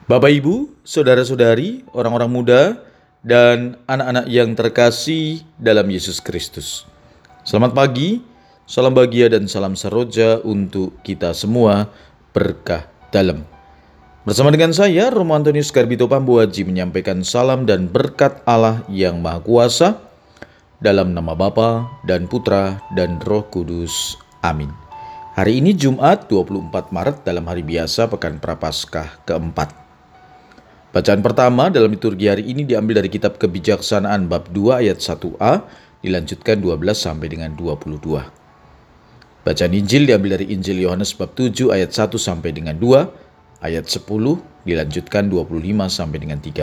Bapak Ibu, saudara-saudari, orang-orang muda, dan anak-anak yang terkasih dalam Yesus Kristus. Selamat pagi, salam bahagia dan salam saroja untuk kita semua, berkah dalam. Bersama dengan saya, Romo Antonius Garbito Pambuaji menyampaikan salam dan berkat Allah yang Maha Kuasa dalam nama Bapa dan Putra dan Roh Kudus. Amin. Hari ini Jumat 24 Maret dalam hari biasa Pekan Prapaskah keempat. Bacaan pertama dalam liturgi hari ini diambil dari kitab Kebijaksanaan bab 2 ayat 1a, dilanjutkan 12 sampai dengan 22. Bacaan Injil diambil dari Injil Yohanes bab 7 ayat 1 sampai dengan 2, ayat 10 dilanjutkan 25 sampai dengan 30.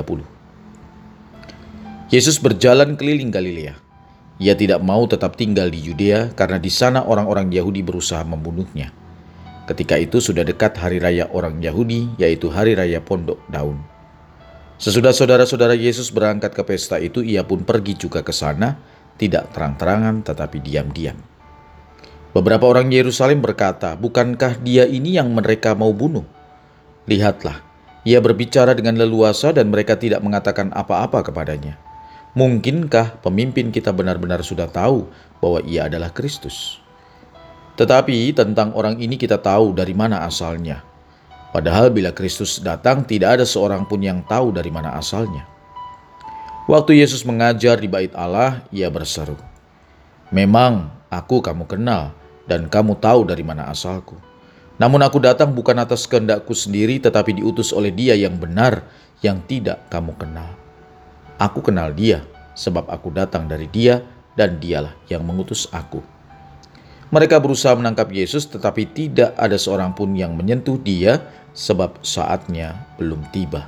Yesus berjalan keliling Galilea. Ia tidak mau tetap tinggal di Yudea karena di sana orang-orang Yahudi berusaha membunuhnya. Ketika itu sudah dekat hari raya orang Yahudi, yaitu hari raya Pondok Daun. Sesudah saudara-saudara Yesus berangkat ke pesta itu, ia pun pergi juga ke sana, tidak terang-terangan tetapi diam-diam. Beberapa orang Yerusalem berkata, "Bukankah dia ini yang mereka mau bunuh? Lihatlah, ia berbicara dengan leluasa dan mereka tidak mengatakan apa-apa kepadanya. Mungkinkah pemimpin kita benar-benar sudah tahu bahwa ia adalah Kristus? Tetapi tentang orang ini kita tahu dari mana asalnya. Padahal bila Kristus datang, tidak ada seorang pun yang tahu dari mana asalnya." Waktu Yesus mengajar di bait Allah, ia berseru, "Memang aku kamu kenal dan kamu tahu dari mana asalku. Namun aku datang bukan atas kehendakku sendiri, tetapi diutus oleh Dia yang benar, yang tidak kamu kenal. Aku kenal Dia, sebab aku datang dari Dia dan Dialah yang mengutus aku." Mereka berusaha menangkap Yesus, tetapi tidak ada seorang pun yang menyentuh Dia, sebab saatnya belum tiba.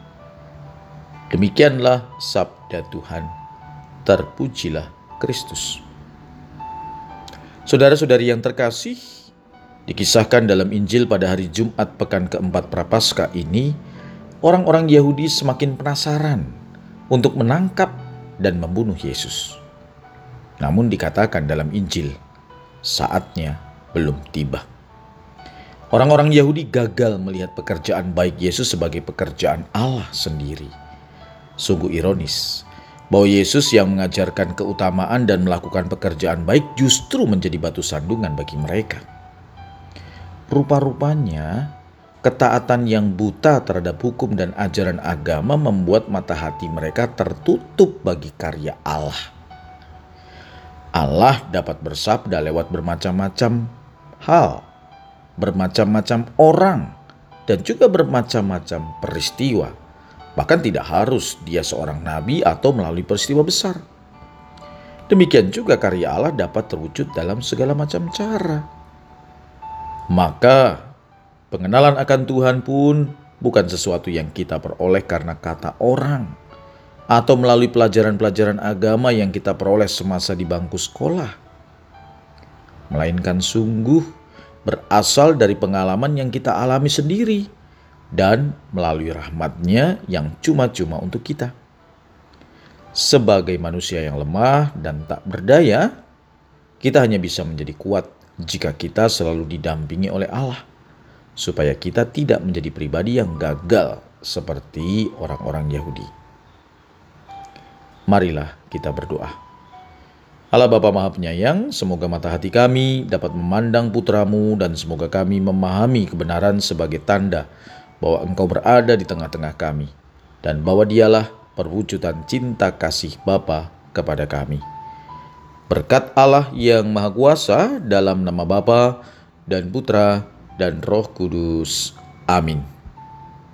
Demikianlah sabda Tuhan. Terpujilah Kristus. Saudara-saudari yang terkasih, dikisahkan dalam Injil pada hari Jumat pekan keempat Prapaskah ini, orang-orang Yahudi semakin penasaran untuk menangkap dan membunuh Yesus. Namun dikatakan dalam Injil, saatnya belum tiba. Orang-orang Yahudi gagal melihat pekerjaan baik Yesus sebagai pekerjaan Allah sendiri. Sungguh ironis bahwa Yesus yang mengajarkan keutamaan dan melakukan pekerjaan baik justru menjadi batu sandungan bagi mereka. Rupa-rupanya, ketaatan yang buta terhadap hukum dan ajaran agama membuat mata hati mereka tertutup bagi karya Allah. Allah dapat bersabda lewat bermacam-macam hal, bermacam-macam orang, dan juga bermacam-macam peristiwa. Bahkan tidak harus dia seorang nabi atau melalui peristiwa besar. Demikian juga karya Allah dapat terwujud dalam segala macam cara. Maka pengenalan akan Tuhan pun bukan sesuatu yang kita peroleh karena kata orang atau melalui pelajaran-pelajaran agama yang kita peroleh semasa di bangku sekolah, melainkan sungguh berasal dari pengalaman yang kita alami sendiri dan melalui rahmat-Nya yang cuma-cuma untuk kita. Sebagai manusia yang lemah dan tak berdaya, kita hanya bisa menjadi kuat jika kita selalu didampingi oleh Allah, supaya kita tidak menjadi pribadi yang gagal seperti orang-orang Yahudi. Marilah kita berdoa. Allah Bapa Maha Penyayang, semoga mata hati kami dapat memandang putra-Mu dan semoga kami memahami kebenaran sebagai tanda bahwa Engkau berada di tengah-tengah kami dan bahwa Dialah perwujudan cinta kasih Bapa kepada kami. Berkat Allah yang Maha Kuasa, dalam nama Bapa dan Putra dan Roh Kudus. Amin.